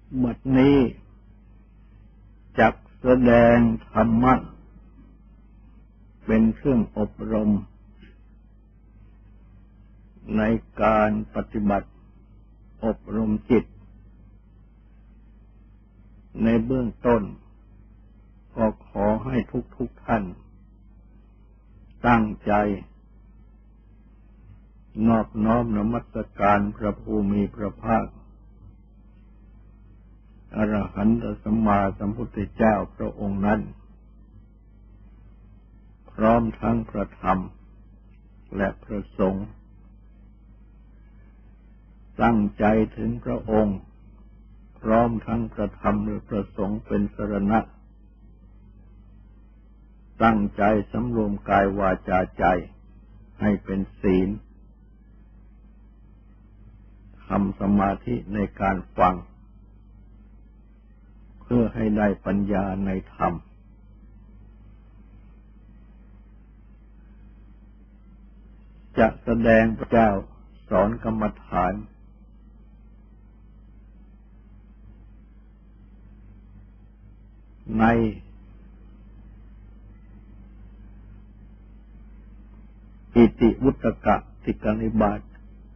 บัดนี้จักแสดงธรรมะเป็นเครื่องอบรมในการปฏิบัติอบรมจิตในเบื้องต้นก็ขอให้ทุกท่านตั้งใจนอบน้อมนมัสการพระผู้มีพระภาคอรหันตสัมมาสัมพุทธเจ้าพระองค์นั้นพร้อมทั้งพระธรรมและพระสงฆ์ตั้งใจถึงพระองค์พร้อมทั้งพระธรรมและพระสงฆ์เป็นสรณะตั้งใจสำรวมกายวาจาใจให้เป็นศีลทำสมาธิในการฟังเพื่อให้ได้ปัญญาในธรรมจะแสดงพระเจ้าสอนกรรมฐานในอิติวุตตกสิกนิบาต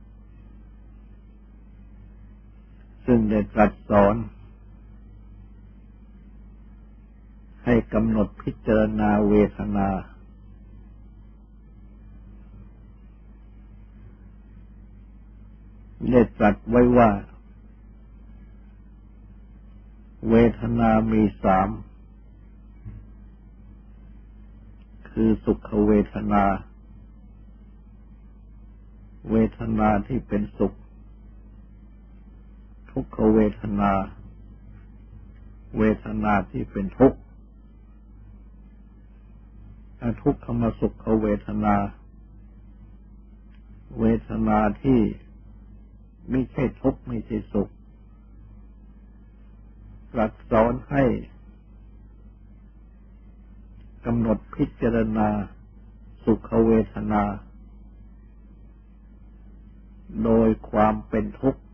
ซึ่งได้ตรัสสอนให้กำหนดพิจารณาเวทนาได้ตรัสไว้ว่าเวทนามีสามคือสุขเวทนาเวทนาที่เป็นสุขทุกขเวทนาเวทนาที่เป็นทุกข์ทุกขมสุขเวทนาเวทนาที่ไม่ใช่ทุกข์ไม่ใช่สุขตรัสสอนให้กำหนดพิจารณาสุขเวทนาโดยความเป็นทุกข์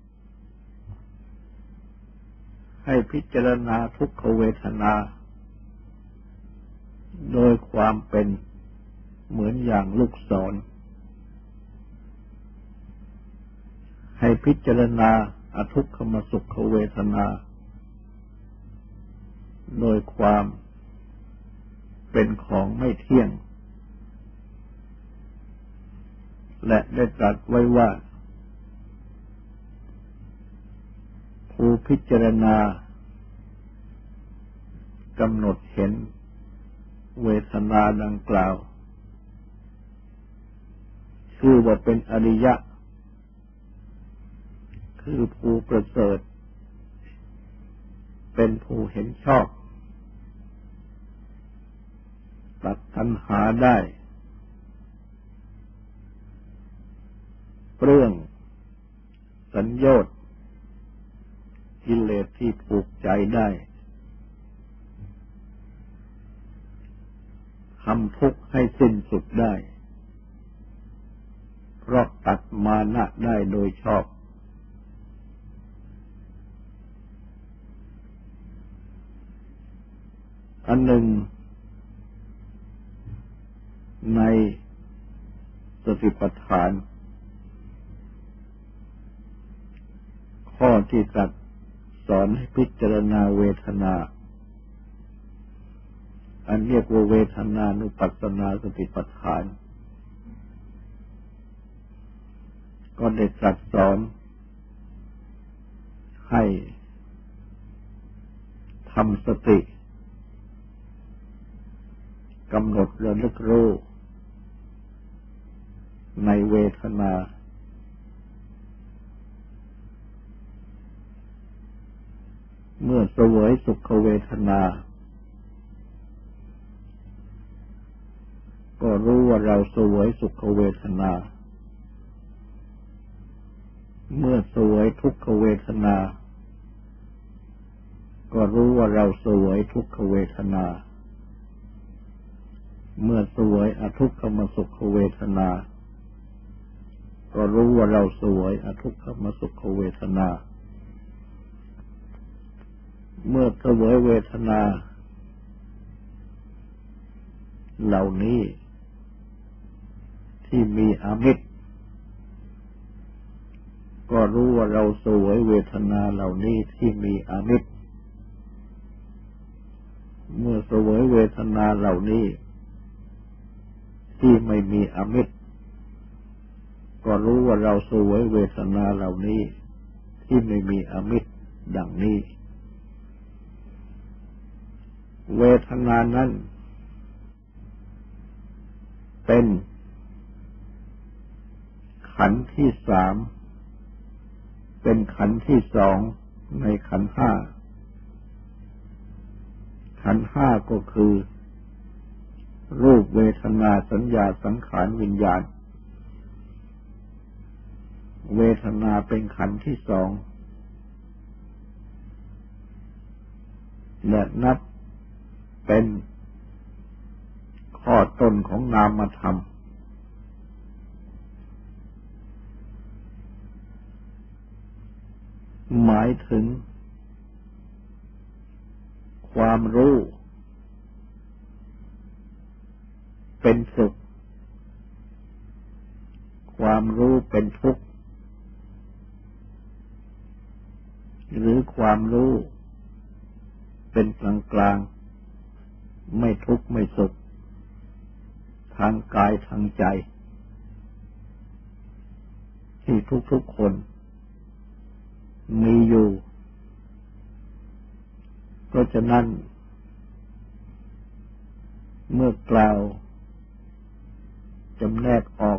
ให้พิจารณาทุกขเวทนาโดยความเป็นเหมือนอย่างลูกศรให้พิจารณาอทุกขมสุขเวทนาโดยความเป็นของไม่เที่ยงและได้ตรัสไว้ว่าผู้พิจารณากำหนดเห็นเวทนาดังกล่าวชื่อว่าเป็นอริยะคือผู้ประเสริฐเป็นผู้เห็นชอบตัดตัณหาได้เรื่องสัญโยชน์กิเลสที่ผูกใจได้ทำทุกข์ให้สิ้นสุดได้เพราะตัดมานะได้โดยชอบอันหนึ่งในสติปัฏฐานข้อที่ตรัสสอนให้พิจารณาเวทนาอันเรียกว่าเวทนานุปัสสนาสติปัฏฐานก็ได้ตรัสสอนให้ทำสติกำหนดระลึกรู้ในเวทนาเมื่อเสวยสุขเวทนาก็รู้ว่าเราเสวยสุขเวทนาเมื่อเสวยทุกขเวทนาก็รู้ว่าเราเสวยทุกขเวทนาเมื่อเสวยอทุกขมสุขเวทนาก็รู้ว่าเราเสวยอทุกขมสุขเวทนาเมื่อเสวยเวทนาเหล่านี้ที่มีอามิตรก็รู้ว่าเราเสวยเวทนาเหล่านี้ที่มีอามิตรเมื่อเสวยเวทนาเหล่านี้ที่ไม่มีอามิตรก็รู้ว่าเราเสวยเวทนาเหล่านี้ที่ไม่มีอามิตรดังนี้เวทนานั้นเป็นขันธ์ที่สามเป็นขันธ์ที่สองในขันธ์ห้าขันธ์ห้าก็คือรูปเวทนาสัญญาสังขารวิญญาณเวทนาเป็นขันธ์ที่สองและนับเป็นข้อต้นของนามธรรมหมายถึงความรู้เป็นสุขความรู้เป็นทุกข์หรือความรู้เป็นกลางๆไม่ทุกข์ไม่สุขทางกายทางใจที่ทุกๆคนมีอยู่เพราะฉะนั้นเมื่อกล่าวจำแนกออก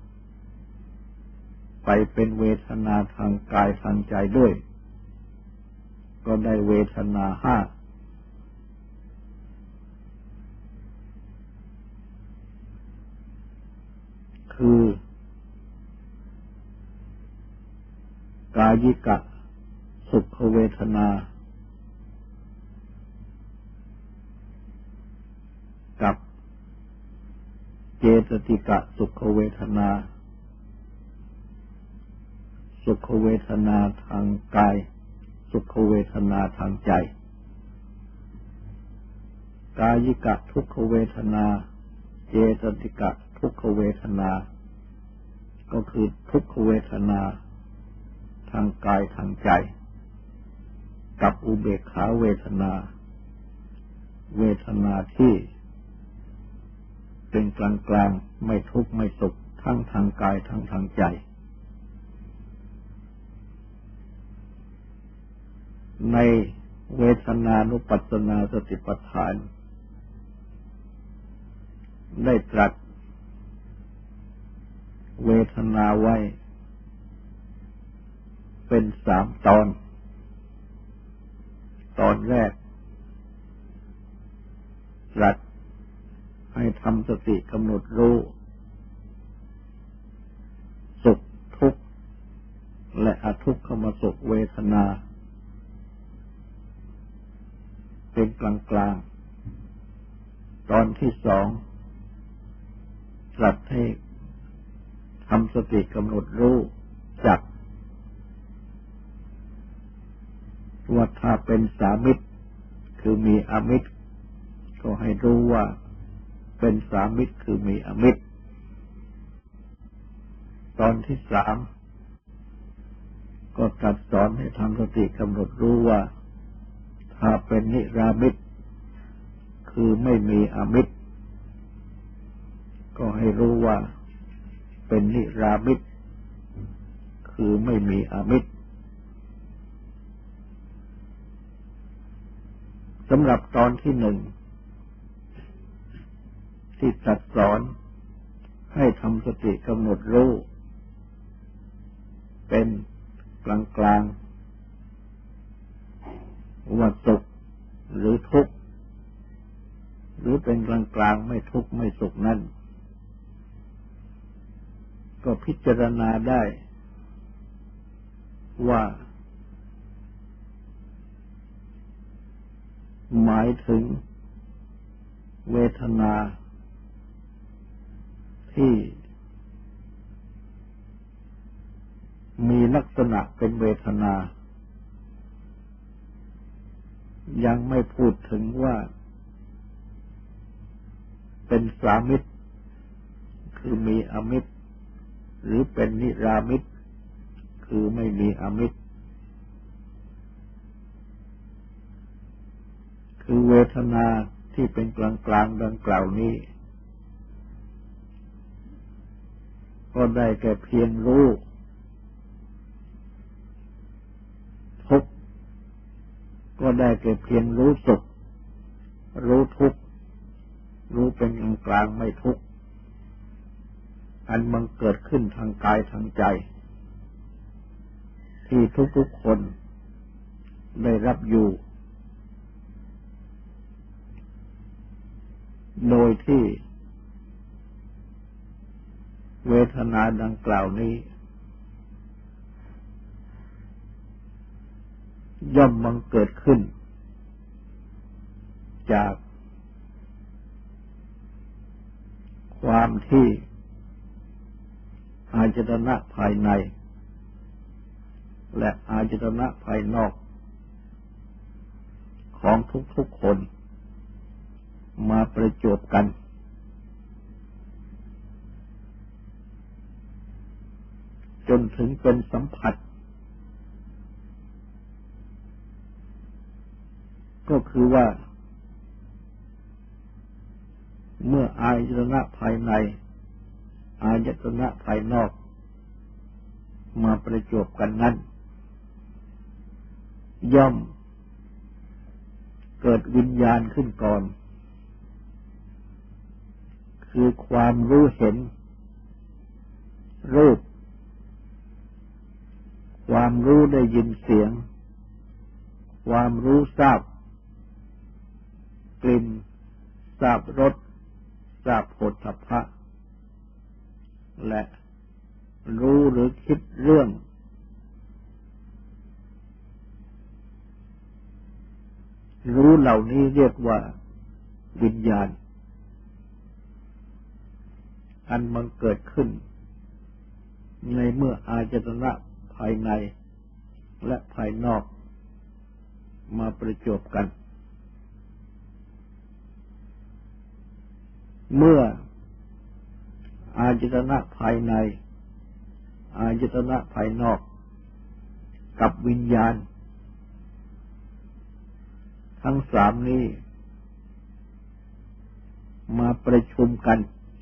ไปเป็นเวทนาทางกายทางใจด้วยก็ได้เวทนาห้าคือกายิกะสุขเวทนากับเจตติกะสุขเวทนาสุขเวทนาทางกายสุขเวทนาทางใจกายิกะทุกขเวทนาเจตติกะทุกขเวทนาก็คือทุกขเวทนาทางกายทางใจกับอุเบกขาเวทนาเวทนาที่เป็นกลางๆไม่ทุกข์ไม่สุขทั้งทางกายทั้งทางใจในเวทนานุปัสสนาสติปัฏฐานได้ตรัสเวทนาไว้เป็นสามตอนตอนแรกตรัสให้ทำสติกำหนดรู้สุขทุกข์และอทุกขมสุขเวทนาเป็นกลางๆตอนที่สองตรัสให้ทำสติกำหนดรู้จักว่าถ้าเป็นสามิตรคือมีอมิตรก็ให้รู้ว่าเป็นสามิตรคือมีอมิตรตอนที่สามก็ตรัสสอนให้ทำสติกำหนดรู้ว่าถ้าเป็นนิรามิตรคือไม่มีอมิตรก็ให้รู้ว่าเป็นนิรามิตรคือไม่มีอมิตรสำหรับตอนที่หนึ่งที่ตรัสสอนให้ทำสติกำหนดรู้เป็นกลางๆว่าสุขหรือทุกข์หรือเป็นกลางๆไม่ทุกข์ไม่สุขนั้นก็พิจารณาได้ว่าหมายถึงเวทนาที่มีลักษณะเป็นเวทนายังไม่พูดถึงว่าเป็นสามิตรคือมีอมิตรหรือเป็นนิรามิตรคือไม่มีอมิตรคือเวทนาที่เป็นกลางๆดังกล่าวนี้ก็ได้แก่เพียงรู้ทุกข์ก็ได้แก่เพียงรู้สุขรู้ทุกข์รู้เป็นกลางไม่ทุกข์อันมันเกิดขึ้นทางกายทางใจที่ทุกๆคนได้รับอยู่โดยที่เวทนาดังกล่าวนี้ย่อมบังเกิดขึ้นจากความที่อายตนะภายในและอายตนะภายนอกของทุกๆคนมาประจบกันจนถึงเป็นสัมผัสก็คือว่าเมื่ออายตนะภายในอายตนะภายนอกมาประจบกันนั้นย่อมเกิดวิญญาณขึ้นก่อนคือความรู้เห็นรูปความรู้ได้ยินเสียงความรู้ทราบกลิ่นทราบรสทราบโผฏฐัพพะและรู้หรือคิดเรื่องรู้เหล่านี้เรียกว่าวิญญาณอันมันเกิดขึ้นในเมื่ออายตนะภายในและภายนอกมาประจบกันเมื่ออายตนะภายในอายตนะภายนอกกับวิญญาณทั้งสามนี้มาประชุมกัน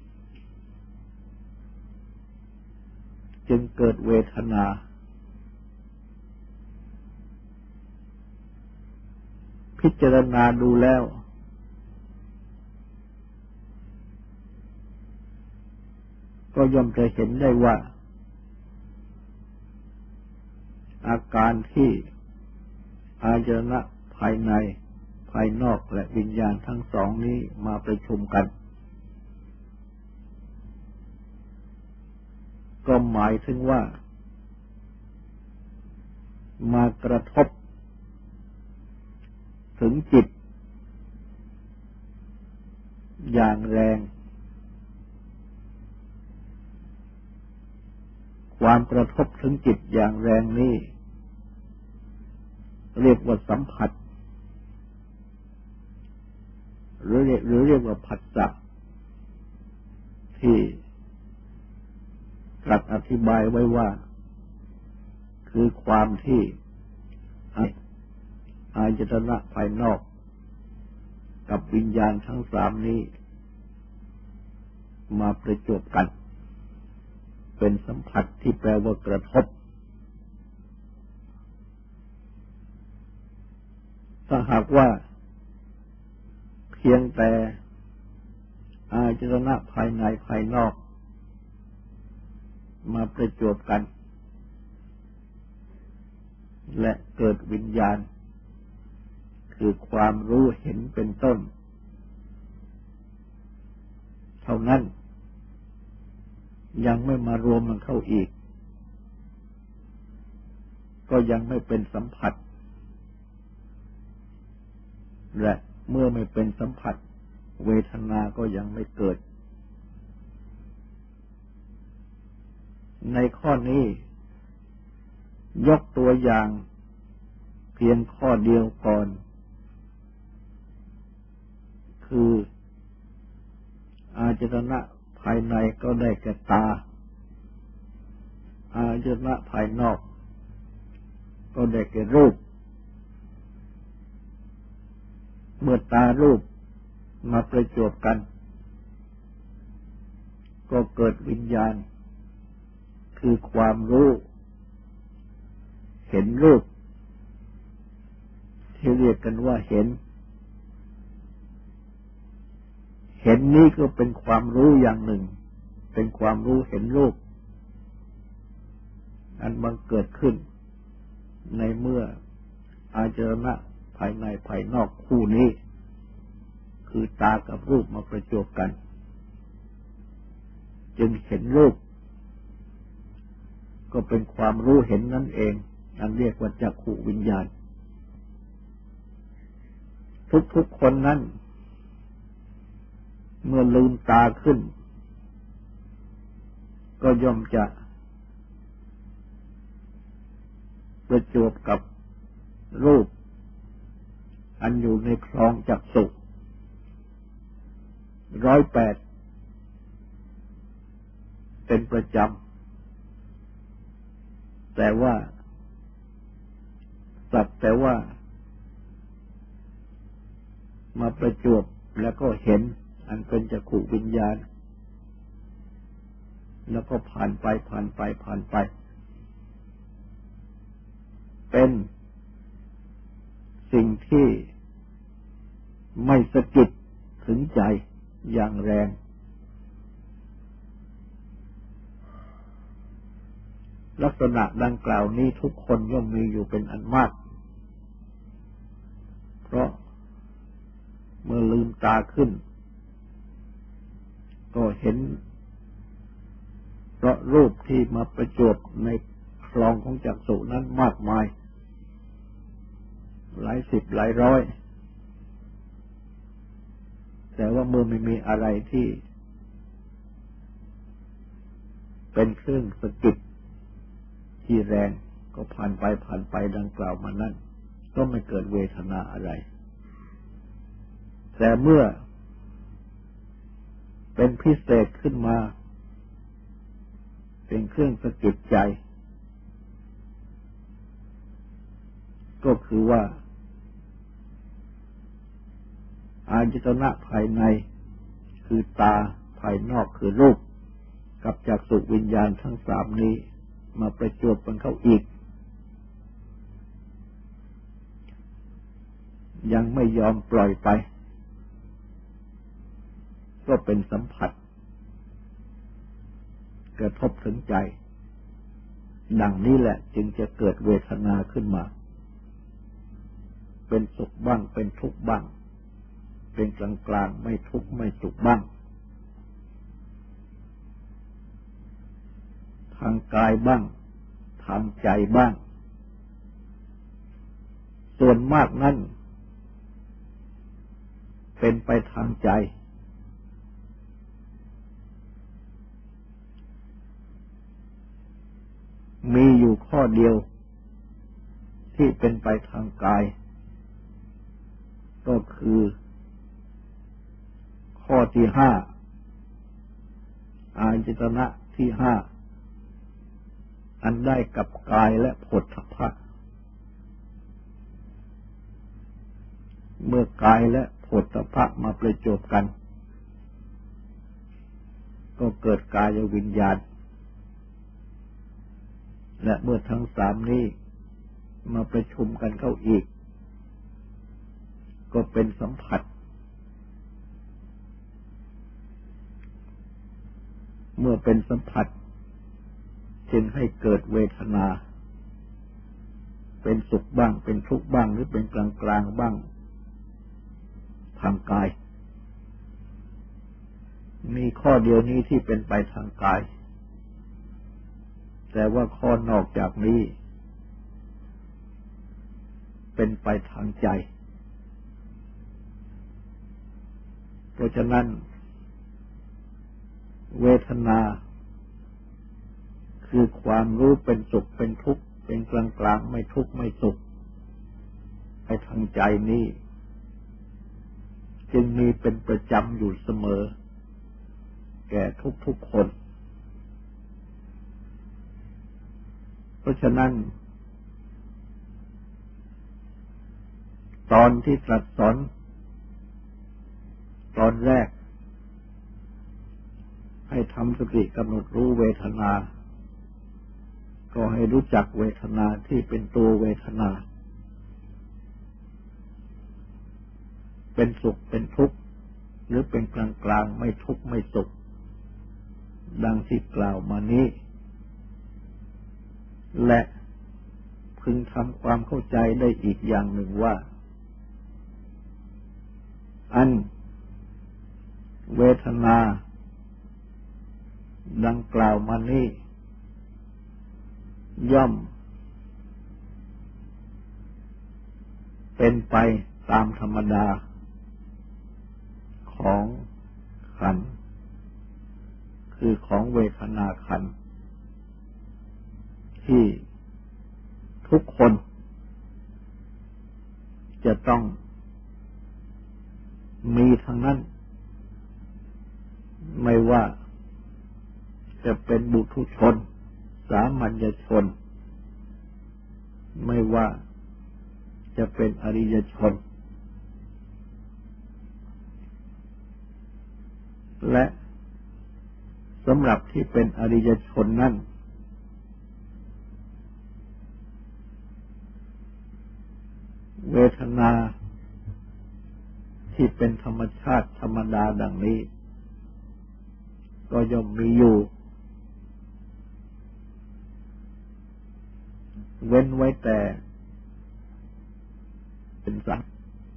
จึงเกิดเวทนาพิจารณาดูแล้วก็ย่อมจะเห็นได้ว่าอาการที่อายตนะภายในภายนอกและวิญญาณทั้งสองนี้มาประชุมกันก็หมายถึงว่ามากระทบถึงจิตอย่างแรงความกระทบถึงจิตอย่างแรงนี้เรียกว่าสัมผัสหรือเรียกว่าผัสสะที่ตรัสอธิบายไว้ว่าคือความที่อายตนะภายนอกกับวิญญาณทั้งสามนี้มาประจบกันเป็นสัมผัสที่แปลว่ากระทบถ้าหากว่าเพียงแต่อายตนะภายในภายนอกมาประจบกันและเกิดวิญญาณคือความรู้เห็นเป็นต้นเท่านั้นยังไม่มารวมมันเข้าอีกก็ยังไม่เป็นสัมผัสและเมื่อไม่เป็นสัมผัสเวทนาก็ยังไม่เกิดในข้อนี้ยกตัวอย่างเพียงข้อเดียวก่อนคืออายตนะภายในก็ได้แก่ตาอายตนะภายนอกก็ได้แก่รูปเมื่อตารูปมาประจวบกันก็เกิดวิญญาณคือความรู้เห็นรูปที่เรียกกันว่าเห็นนี้ก็เป็นความรู้อย่างหนึ่งเป็นความรู้เห็นรูปอันบังเกิดขึ้นในเมื่ออายตนะภายในภายนอกคู่นี้คือตากับรูปมาประจวบกันจึงเห็นรูปก็เป็นความรู้เห็นนั่นเองอันเรียกว่าจักขุวิญญาณทุกๆคนนั้นเมื่อลืมตาขึ้นก็ย่อมจะประจวบกับรูปอันอยู่ในคลองจักษุ108เป็นประจำแต่ว่ามาประจวบแล้วก็เห็นอันเป็นจักขุวิญญาณแล้วก็ผ่านไปเป็นสิ่งที่ไม่สะกิดถึงใจอย่างแรงลักษณะดังกล่าวนี้ทุกคนย่อมมีอยู่เป็นอันมากเพราะเมื่อลืมตาขึ้นก็เห็นเพราะรูปที่มาประจวบในคลองของจักษุนั้นมากมายหลายสิบหลายร้อยแต่ว่าเมื่อไม่มีอะไรที่เป็นเครื่องสะกิดที่แรงก็ผ่านไปดังกล่าวมานั้นก็ไม่เกิดเวทนาอะไรแต่เมื่อเป็นพิเศษขึ้นมาเป็นเครื่องสะกิดใจก็คือว่าอายตนะภายในคือตาภายนอกคือรูปกับจักษุวิญญาณทั้งสามนี้มาประจวบกันเข้าอีกยังไม่ยอมปล่อยไปก็เป็นสัมผัสกระทบถึงใจดังนี้แหละจึงจะเกิดเวทนาขึ้นมาเป็นสุขบ้างเป็นทุกข์บ้างเป็นกลางไม่ทุกข์ไม่สุขบ้างทางกายบ้างทางใจบ้างส่วนมากนั้นเป็นไปทางใจมีอยู่ข้อเดียวที่เป็นไปทางกายก็คือข้อที่5อายตนะที่5อันได้กับกายและโผฏฐัพพะเมื่อกายและโผฏฐัพพะมาประจบกันก็เกิดกายวิญญาณและเมื่อทั้งสามนี้มาประชุมกันเข้าอีกก็เป็นสัมผัสเมื่อเป็นสัมผัสจึงให้เกิดเวทนาเป็นสุขบ้างเป็นทุกข์บ้างหรือเป็นกลางบ้างทางกายมีข้อเดียวนี้ที่เป็นไปทางกายแต่ว่าข้อนอกจากนี้เป็นไปทางใจเพราะฉะนั้นเวทนาคือความรู้เป็นสุขเป็นทุกข์เป็นกลางไม่ทุกข์ไม่สุขไปทางใจนี้จึงมีเป็นประจำอยู่เสมอแก่ทุกๆคนเพราะฉะนั้นตอนที่ตรัสสอนตอนแรกให้ทำสติกำหนดรู้เวทนาก็ให้รู้จักเวทนาที่เป็นตัวเวทนาเป็นสุขเป็นทุกข์หรือเป็นกลางๆไม่ทุกข์ไม่สุขดังที่กล่าวมานี้และพึงทำความเข้าใจได้อีกอย่างหนึ่งว่าอันเวทนาดังกล่าวมานี้ย่อมเป็นไปตามธรรมดาของขันธ์คือของเวทนาขันธ์ที่ทุกคนจะต้องมีทั้งนั้นไม่ว่าจะเป็นบุถุชนสามัญชนไม่ว่าจะเป็นอริยชนและสำหรับที่เป็นอริยชนนั้นเวทนาที่เป็นธรรมชาติธรรมดาดังนี้ก็ย่อมมีอยู่เว้นไว้แต่เป็นสัตว์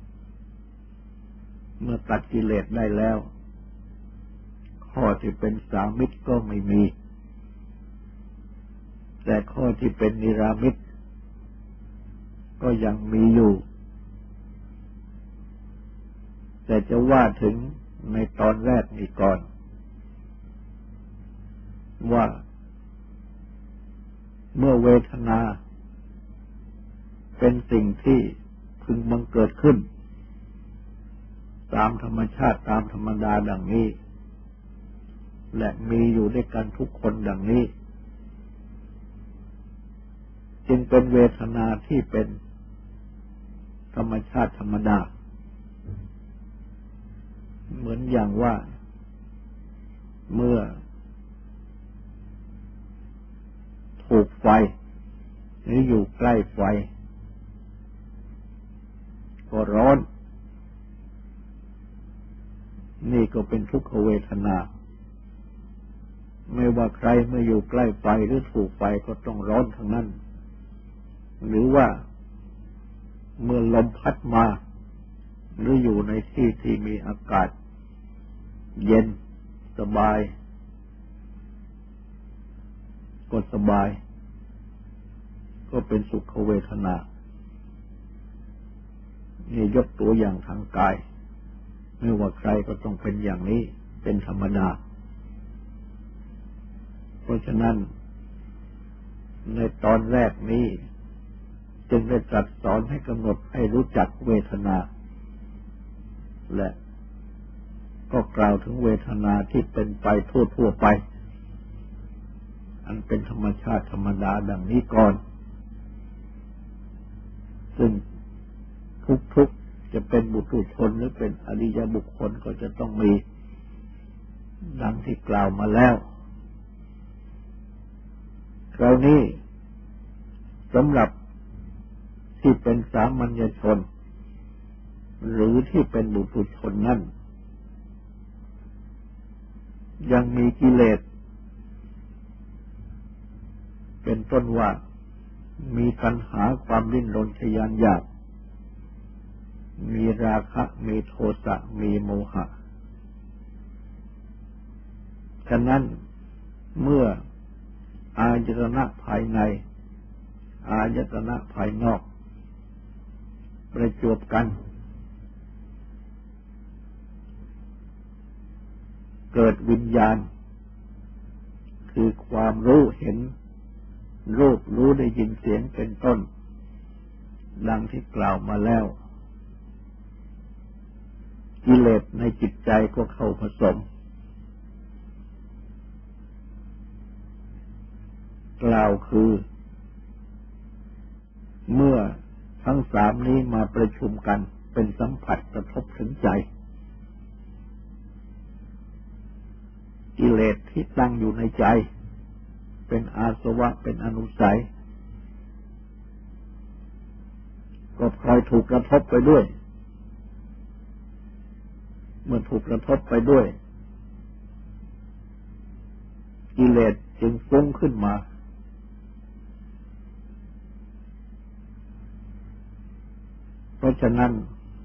เมื่อตัดกิเลสได้แล้วข้อที่เป็นสามิตรก็ไม่มีแต่ข้อที่เป็นนิรามิตรก็ยังมีอยู่แต่จะว่าถึงในตอนแรกนี้ก่อนว่าเมื่อเวทนาเป็นสิ่งที่พึงบังเกิดขึ้นตามธรรมชาติตามธรรมดาดังนี้และมีอยู่ด้วยกันทุกคนดังนี้จึงเป็นเวทนาที่เป็นธรรมชาติธรรมดาเหมือนอย่างว่าเมื่อถูกไฟหรืออยู่ใกล้ไฟก็ร้อนนี่ก็เป็นทุกขเวทนาไม่ว่าใครเมื่ออยู่ใกล้ไฟหรือถูกไฟก็ต้องร้อนทั้งนั้นหรือว่าเมื่อลมพัดมาหรืออยู่ในที่ที่มีอากาศเย็นสบายก็สบายก็เป็นสุขเวทนานี่ยกตัวอย่างทางกายไม่ว่าใครก็ต้องเป็นอย่างนี้เป็นธรรมดาเพราะฉะนั้นในตอนแรกนี้จึงได้ตรัสสอนให้กำหนดให้รู้จักเวทนาและก็กล่าวถึงเวทนาที่เป็นไปทั่วไปอันเป็นธรรมชาติธรรมดาดังนี้ก่อนซึ่งทุกจะเป็นบุตุชนหรือเป็นอริยบุคคลก็จะต้องมีดังที่กล่าวมาแล้วคราวนี้สำหรับที่เป็นสามัญชนหรือที่เป็นบุตุชนนั้นยังมีกิเลสเป็นต้นว่ามีตัณหาความดิ้นรนทะยานอยากมีราคะมีโทสะมีโมหะฉะนั้นเมื่ออายตนะภายในอายตนะภายนอกประจวบกันเกิดวิญญาณคือความรู้เห็นรูปรู้ได้ยินเสียงเป็นต้นดังที่กล่าวมาแล้วกิเลสในจิตใจก็เข้าผสมกล่าวคือเมื่อทั้งสามนี้มาประชุมกันเป็นสัมผัสกระทบถึงใจกิเลสที่ตั้งอยู่ในใจเป็นอาสวะเป็นอนุสัยก็พลอยถูกกระทบไปด้วยเมื่อถูกกระทบไปด้วยกิเลสจึงฟุ้งขึ้นมาเพราะฉะนั้น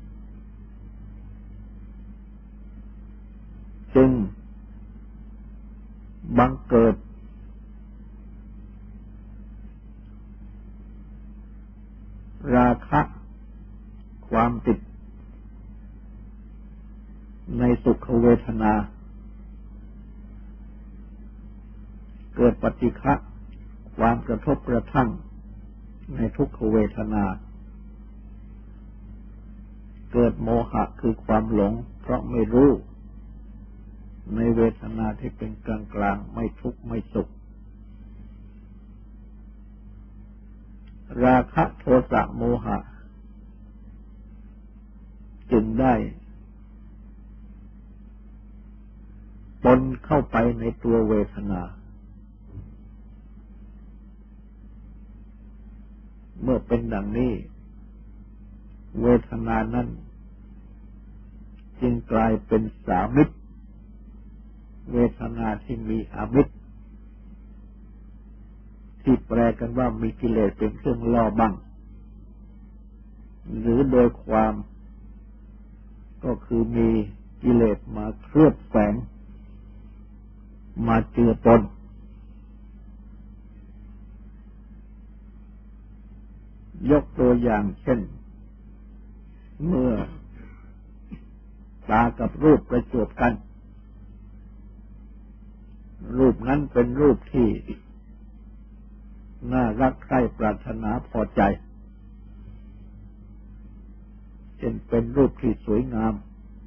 จึงบังเกิดราคะความติดในสุขเวทนาเกิดปฏิฆะความกระทบกระทั่งในทุกขเวทนาเกิดโมหะคือความหลงเพราะไม่รู้ในเวทนาที่เป็นกลางๆไม่ทุกข์ไม่สุขราคะโทสะโมหะจึงได้ปนเข้าไปในตัวเวทนาเมื่อเป็นดังนี้เวทนานั้นจึงกลายเป็นสามิตรเวทนาที่มีอามิตรที่แปลกันว่ามีกิเลสเป็นเครื่องล่อบังหรือโดยความก็คือมีกิเลสมาเคลือบแฝงมาเจือปนยกตัวอย่างเช่นเมื่อตากับรูปประจวบกันรูปนั้นเป็นรูปที่น่ารักใคร่ปรารถนาพอใจเช่นเป็นรูปที่สวยงาม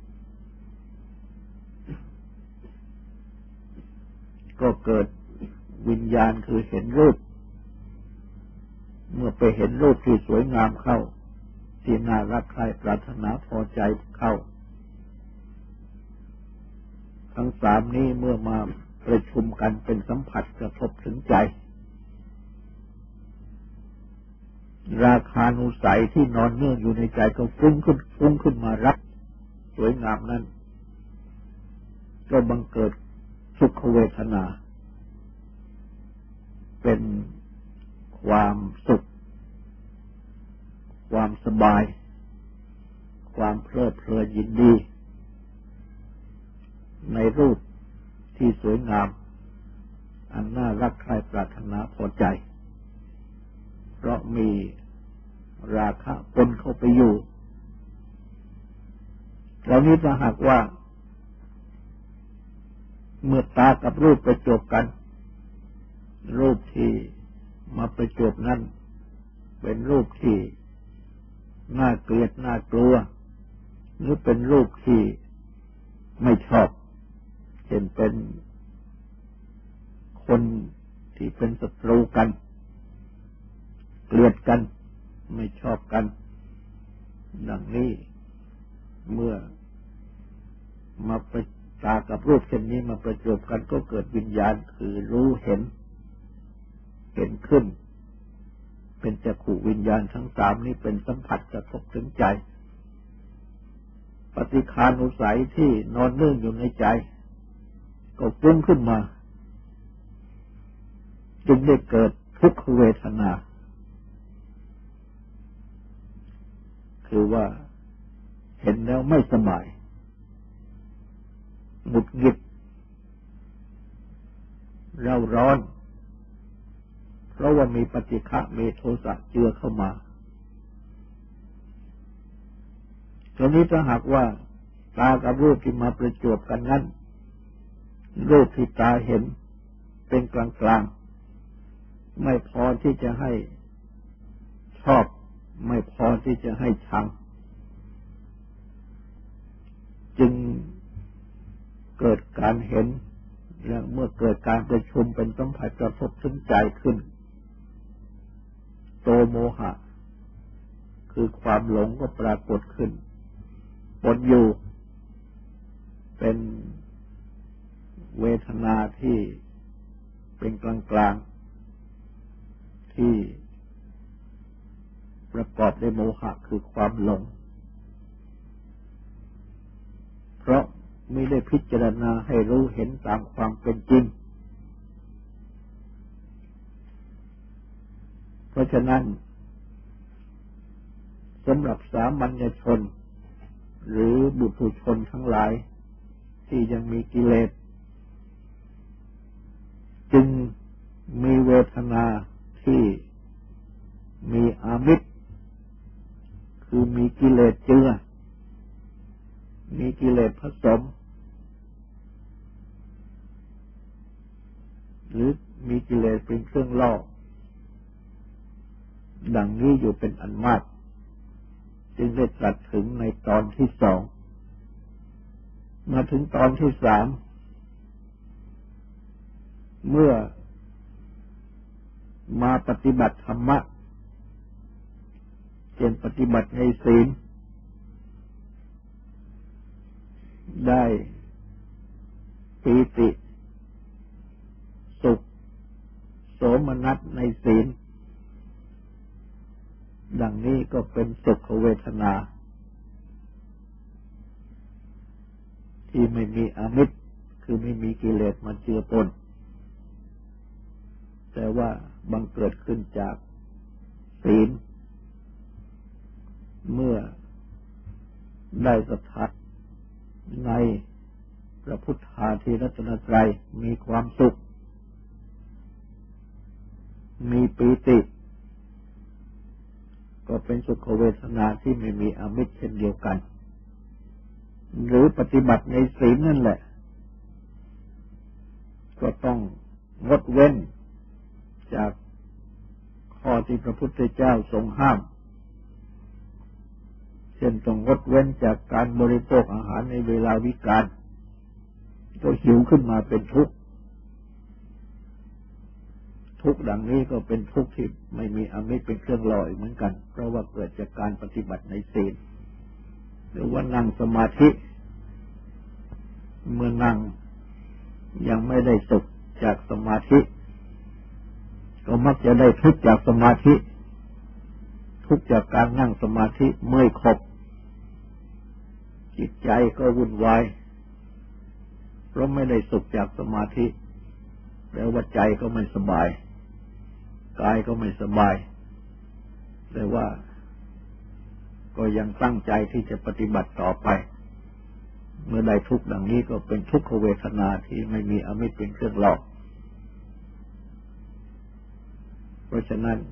ก็เกิดวิญญาณคือเห็นรูปเมื่อไปเห็นรูปที่สวยงามเข้าที่น่ารักใคร่ปรารถนาพอใจเข้าทั้งสามนี้เมื่อมาประชุมกันเป็นสัมผัสกระทบถึงใจราคานุสัยที่นอนเนื่องอยู่ในใจก็ฟุ้งขึ้นมารับสวยงามนั้นก็บังเกิดสุขเวทนาเป็นความสุขความสบายความเพลิดเพลินยินดีในรูปที่สวยงามอันน่ารักใคร่ปรารถนาพอใจเพราะมีราคะปนเข้าไปอยู่แล้วนี้ถ้าหากว่าเมื่อตากับรูปประจบกันรูปที่มาประจบนั้นเป็นรูปที่น่าเกลียดน่ากลัวหรือเป็นรูปที่ไม่ชอบเช่นเป็นคนที่เป็นศัตรูกันเกลียดกันไม่ชอบกันดังนี้เมื่อมาประตากับรูปเช่นนี้มาประจบกันก็เกิดวิญญาณคือรู้เห็นขึ้นเป็นจักขุวิญญาณทั้งสามนี้เป็นสัมผัสกระทบถึงใจปฏิฆานุสัยที่นอนเนื่องอยู่ในใจก็ฟุ้งขึ้นมาจึงได้เกิดทุกขเวทนาคือว่าเห็นแล้วไม่สบายหงุดหงิดเร่าร้อนเพราะว่ามีปฏิฆะมีโทสะเจือเข้ามาตรงนี้ถ้าหากว่าตากับรูปที่มาประจวบกันนั้นรูปที่ตาเห็นเป็นกลางๆไม่พอที่จะให้ชอบไม่พอที่จะให้ชังดการเห็นและเมื่อเกิดการประชุมเป็นสัมผัสกระทบถึงใจขึ้นโตโมหะคือความหลงก็ปรากฏขึ้นปนอยู่เป็นเวทนาที่เป็นกลางๆที่ประกอบด้วยโมหะคือความหลงเพราะไม่ได้พิจารณาให้รู้เห็นตามความเป็นจริงเพราะฉะนั้นสำหรับสามัญชนหรือบุถุชนทั้งหลายที่ยังมีกิเลสจึงมีเวทนาที่มีอามิตรคือมีกิเลสเจือมีกิเลสผสมหรือมีกิเลสเป็นเครื่องล่อดังนี้อยู่เป็นอันมากจึงได้ตรัสถึงในตอนที่สองมาถึงตอนที่สามเมื่อมาปฏิบัติธรรมะเช่นปฏิบัติในศีลได้ปีติสุขโสมนัสในศีลดังนี้ก็เป็นสุขเวทนาที่ไม่มีอามิตรคือไม่มีกิเลสมาเจือปนแต่ว่าบังเกิดขึ้นจากศีลเมื่อได้ศรัทธาในพระพุทธาธิรัตนตรัยมีความสุขมีปีติก็เป็นสุขเวทนาที่ไม่มีอามิตรเช่นเดียวกันหรือปฏิบัติในศีลนั่นแหละก็ต้องงดเว้นจากข้อที่พระพุทธเจ้าทรงห้ามเช่นต้องงดเว้นจากการบริโภคอาหารในเวลาวิกาลก็หิวขึ้นมาเป็นทุกข์ดังนี้ก็เป็นทุกข์ที่ไม่มีอามิตรเป็นเครื่องล่ออีกเหมือนกันเพราะว่าเกิดจากการปฏิบัติในศีลหรือว่านั่งสมาธิเมื่อนั่งยังไม่ได้สุขจากสมาธิก็มักจะได้ทุกข์จากสมาธิทุกข์จากการนั่งสมาธิเมื่อยขบจิตใจก็วุ่นวายเพราะไม่ได้สุขจากสมาธิแล้วว่าใจก็ไม่สบายกายก็ไม่สบายแต่ว่าก็ยังตั้งใจที่จะปฏิบัติต่อไปเมื่อได้ทุกข์ดังนี้ก็เป็นทุกขเวทนาที่ไม่มีอามิตรเป็นเครื่องล่อเพราะฉะนั้น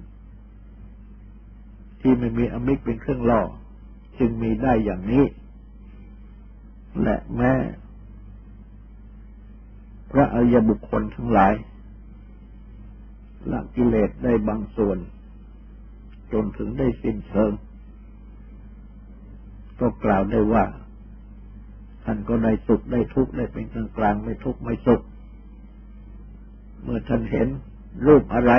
ที่ไม่มีอามิตรเป็นเครื่องล่อจึงมีได้อย่างนี้และแม้พระอริยบุคคลทั้งหลายละกิเลสได้บางส่วนจนถึงได้สิ้นเชิงก็กล่าวได้ว่าท่านก็ได้สุขได้ทุกข์ได้เป็นกลางกลางไม่ทุกข์ไม่สุขเมื่อท่านเห็นรูปอะไร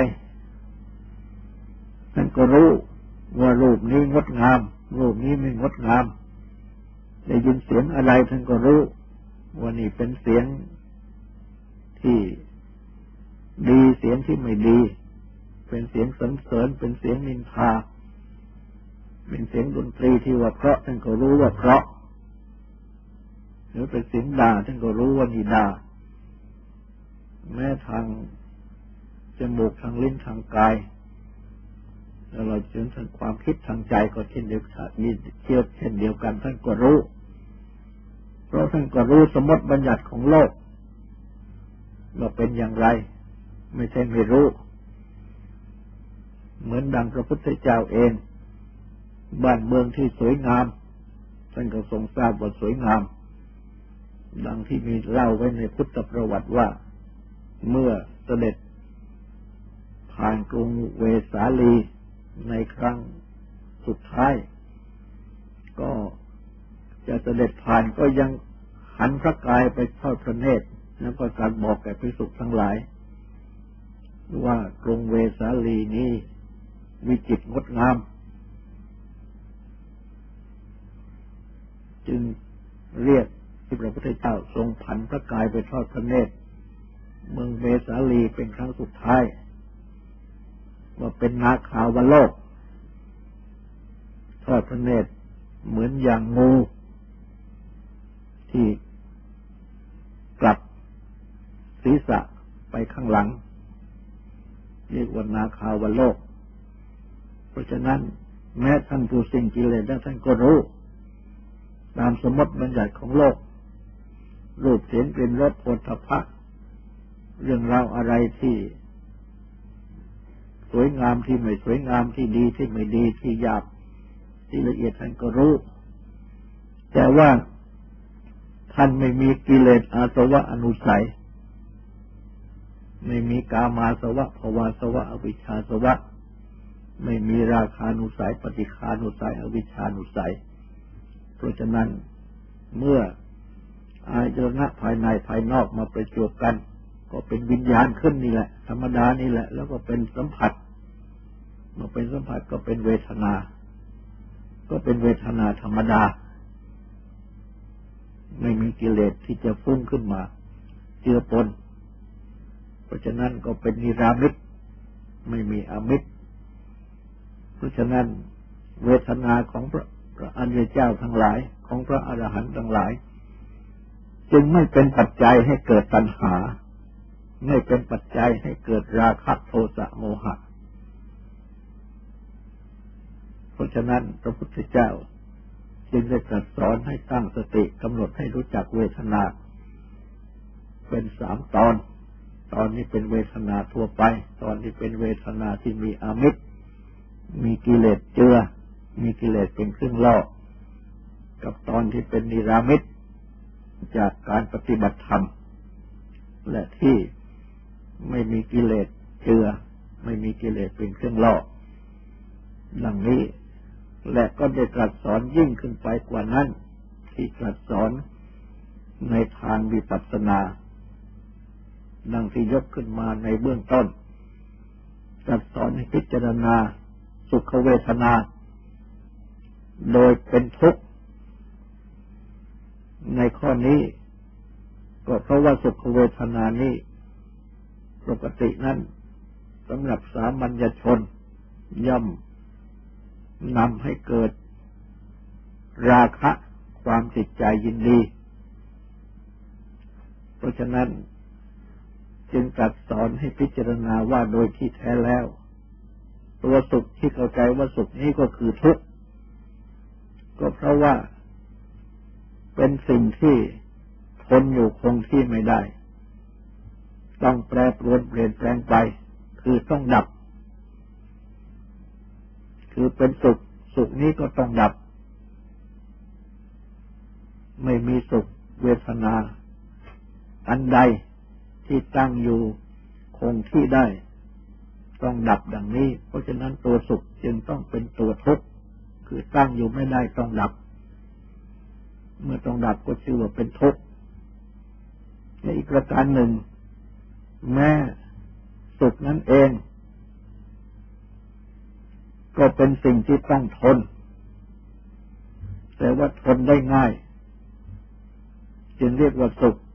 ท่านก็รู้ว่ารูปนี้งดงามรูปนี้ไม่งดงามได้ยินเสียงอะไรท่านก็รู้ว่านี่เป็นเสียงที่ดีเสียงที่ไม่ดีเป็นเสียงสรรเสริญเป็นเสียงนินทาเป็นเสียงดนตรีที่ว่าเพราะท่านก็รู้ว่าเพราะหรือเป็นเสียงด่าท่านก็รู้ว่านี่ด่าแม้ทางจมูกทางลิ้นทางกายแล้วเราจนทางความคิดทางใจก็เช่นเดียวกันท่านก็รู้เพราะท่านก็รู้สมมติบัญญัติของโลกว่าเป็นอย่างไรไม่ใช่ไม่รู้เหมือนดังพระพุทธเจ้าเองบ้านเมืองที่สวยงามท่านก็ทรงทราบว่าสวยงามดังที่มีเล่าไว้ในพุทธประวัติว่าเมื่อเสด็จผ่านกรุงเวสาลีในครั้งสุดท้ายก็จะเสด็จผ่านก็ยังหันพระกายไปทอดพระเนตรแล้วก็ตรัสบอกแก่ภิกษุทั้งหลายว่ากรุงเวสาลีนี้วิจิตรงดงามจึงเรียกที่พระพุทธเจ้าทรงผันพระกายไปทอดพระเนตรเมืองเวสาลีเป็นครั้งสุดท้ายว่าเป็นนาคาวโลกทอดพระเนตรเหมือนอย่างงูที่กลับศีรษะไปข้างหลังเรียกว่านาคาวโลกเพราะฉะนั้นแม้ท่านผู้สิ้นกิเลสท่านก็รู้ตามสมมติบัญญัติของโลกรูปเสียงกลิ่นรสโผฏฐัพพะเรื่องราวอะไรที่สวยงามที่ไม่สวยงามที่ดีที่ไม่ดีที่หยาบที่ละเอียดท่านก็รู้แต่ว่าท่านไม่มีกิเลสอาสวะอนุสัยไม่มีกามาสวะภวาสวะอวิชชาสวะไม่มีราคานุสัยปฏิฆานุสัยอวิชชานุสัยเพราะฉะนั้นเมื่ออายตนะภายในภายนอกมาประจวบกันก็เป็นวิญญาณขึ้นนี่แหละธรรมดานี่แหละแล้วก็เป็นสัมผัสเมื่อเป็นสัมผัสก็เป็นเวทนาก็เป็นเวทนาธรรมดาไม่มีกิเลสที่จะฟุ้งขึ้นมาเจือปนเพราะฉะนั้นก็เป็นนิรามิตไม่มีอามิตรเพราะฉะนั้นเวทนาของพระอริยเจ้าทั้งหลายของพระอรหันต์ทั้งหลายจึงไม่เป็นปัจจัยให้เกิดตัณหาไม่เป็นปัจจัยให้เกิดราคะโทสะโมหะเพราะฉะนั้นพระพุทธเจ้าจึงได้ตรัสสอนให้ตั้งสติกำหนดให้รู้จักเวทนาเป็น3 ตอนนี้เป็นเวทนาทั่วไปตอนที่เป็นเวทนาที่มีอามิตรมีกิเลสเจือมีกิเลสเป็นเครื่องล่อกับตอนที่เป็นนิรามิตจากการปฏิบัติธรรมและที่ไม่มีกิเลสเจือไม่มีกิเลสเป็นเครื่องล่อดังนี้และก็ได้ตรัสสอนยิ่งขึ้นไปกว่านั้นที่ตรัสสอนในทางวิปัสสนาดังที่ยกขึ้นมาในเบื้องต้นตรัสสอนให้พิจารณาสุขเวทนาโดยเป็นทุกข์ในข้อนี้ก็เพราะว่าสุขเวทนานี้ปกตินั้นสำหรับสามัญชนย่อมนำให้เกิดราคะความติดใจยินดีเพราะฉะนั้นจึงตรัสสอนให้พิจารณาว่าโดยที่แท้แล้วตัวสุขที่เข้าใจว่าสุขนี้ก็คือทุกข์ก็เพราะว่าเป็นสิ่งที่ทนอยู่คงที่ไม่ได้ต้องแปรปรวนเปลี่ยนแปลงไปคือต้องดับคือเป็นสุขนี้ก็ต้องดับไม่มีสุขเวทนาอันใดที่ตั้งอยู่คงที่ได้ต้องดับดังนี้เพราะฉะนั้นตัวสุขจึงต้องเป็นตัวทุกข์คือตั้งอยู่ไม่ได้ต้องดับเมื่อต้องดับก็ชื่อว่าเป็นทุกข์และอีกประการหนึ่งแม้สุขนั้นเองก็เป็นสิ่งที่ต้องทนแต่ว่าทนได้ง่ายจึงเรียกว่าสุข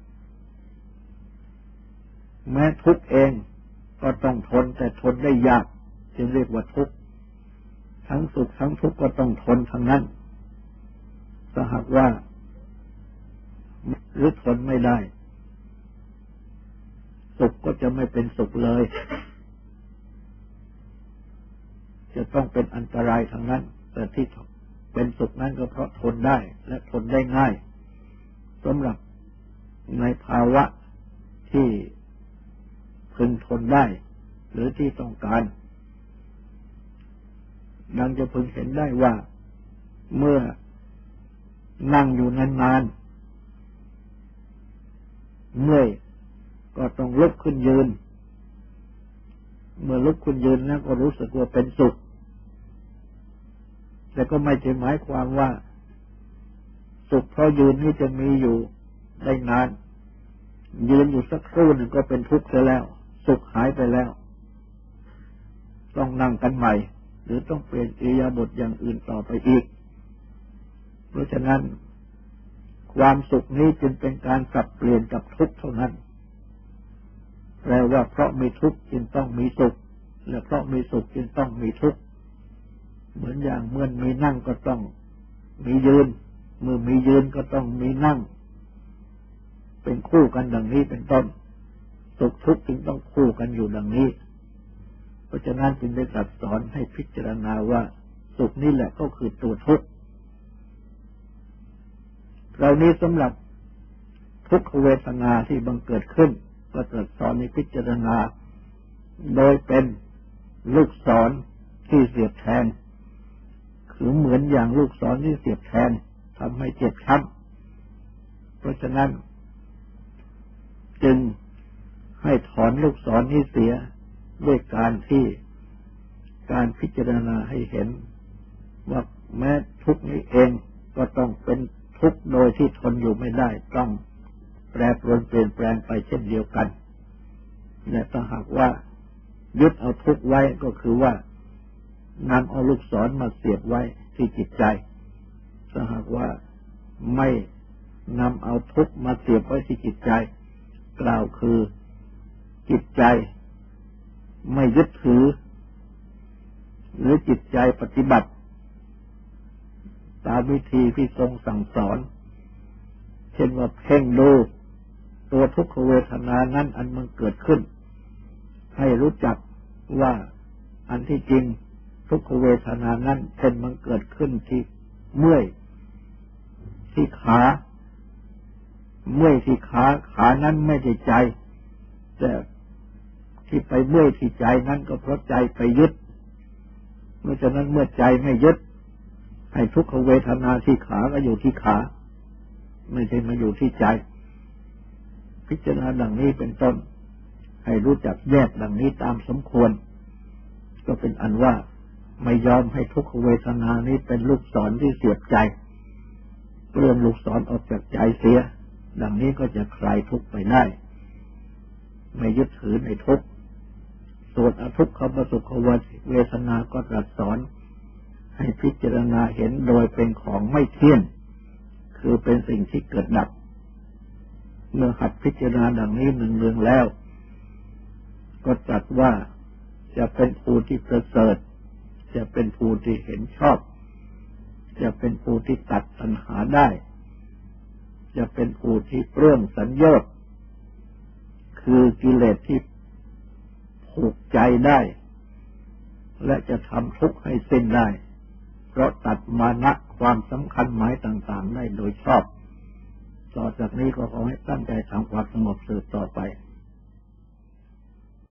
แม้ทุกข์เองก็ต้องทนแต่ทนได้ยากจึงเรียกว่าทุกข์ทั้งสุขทั้งทุกข์ก็ต้องทนทั้งนั้นถ้าหากว่าหรือทนไม่ได้สุขก็จะไม่เป็นสุขเลยจะต้องเป็นอันตรายทั้งนั้นแต่ที่เป็นสุขนั้นก็เพราะทนได้และทนได้ง่ายสำหรับในภาวะที่พึงทนได้หรือที่ต้องการดังจะพึงเห็นได้ว่าเมื่อนั่งอยู่นานๆเมื่อยก็ต้องลุกขึ้นยืนเมื่อลุกขึ้นยืนแล้วก็รู้สึกว่าเป็นสุขแต่ก็ไม่ใช่หมายความว่าสุขเพราะยืนนี่จะมีอยู่ได้นานยืนอยู่สักครู่หนึ่งก็เป็นทุกข์เสียแล้วสุขหายไปแล้วต้องนั่งกันใหม่หรือต้องเปลี่ยนอิริยาบถอย่างอื่นต่อไปอีกเพราะฉะนั้นความสุขนี้จึงเป็นการสับเปลี่ยนกับทุกข์เท่านั้นแปลว่าเพราะมีทุกข์จึงต้องมีสุขและเพราะมีสุขจึงต้องมีทุกข์เหมือนอย่างเมื่อมีนั่งก็ต้องมียืนเมื่อมียืนก็ต้องมีนั่งเป็นคู่กันดังนี้เป็นต้นสุขทุกข์จึงต้องคู่กันอยู่ดังนี้เพราะฉะนั้นจึงได้ตรัสสอนให้พิจารณาว่าสุขนี่แหละก็คือตัวทุกข์เรานี้สำหรับทุกขเวทนาที่บังเกิดขึ้นก็ตรัสสอนให้พิจารณาโดยเป็นลูกศรที่เสียบแทงคือเหมือนอย่างลูกศรที่เสียบแทงทำให้เจ็บช้ำเพราะฉะนั้นจึงให้ถอนลูกศรนี้เสียด้วยการพิจารณาให้เห็นว่าแม้ทุกข์นี้เองก็ต้องเป็นทุกข์โดยที่ทนอยู่ไม่ได้ต้องแปรปรวนเปลี่ยนแปลงไปเช่นเดียวกันและถ้าหากว่ายึดเอาทุกข์ไว้ก็คือว่านำเอาลูกศรมาเสียบไว้ที่จิตใจถ้าหากว่าไม่นำเอาทุกข์มาเสียบไว้ที่จิตใจกล่าวคือจิตใจไม่ยึดถือหรือจิตใจปฏิบัติตามวิธีที่ทรงสั่งสอนเช่นว่าเพ่งดูตัวทุกขเวทนานั้นอันมันเกิดขึ้นให้รู้จักว่าอันที่จริงทุกขเวทนานั้นเช่นมันเกิดขึ้นที่เมื่อยที่ขาเมื่อยที่ขานั้นไม่ใช่ใจแต่ที่ไปเมื่อยที่ใจนั้นก็เพราะใจไปยึดเพราะฉะนั้นเมื่อใจไม่ยึดให้ทุกขเวทนาที่ขาก็อยู่ที่ขาไม่ใช่มาอยู่ที่ใจพิจารณาดังนี้เป็นต้นให้รู้จักแยกดังนี้ตามสมควรก็เป็นอันว่าไม่ยอมให้ทุกขเวทนานี้เป็นลูกศรที่เสียบใจเปลื้องลูกศรออกจากใจเสียดังนี้ก็จะคลายทุกข์ไปได้ไม่ยึดถือในทุกข์ส่วนอทุกขมสุขเวทนาก็ตรัสสอนให้พิจารณาเห็นโดยเป็นของไม่เที่ยงคือเป็นสิ่งที่เกิดดับเมื่อหัดพิจารณาดังนี้หนึ่งเรื่องแล้วก็ตรัสว่าจะเป็นผู้ที่ประเสริฐจะเป็นผู้ที่เห็นชอบจะเป็นผู้ที่ตัดตัณหาได้จะเป็นผู้ที่เปลื้องสัญโยชน์คือกิเลสที่ผูกใจได้และจะทำทุกข์ให้สิ้นได้เพราะตัดมานะความสำคัญหมายต่างๆได้โดยชอบต่อจากนี้ก็ขอให้ตั้งใจทำความสงบสืบต่อไป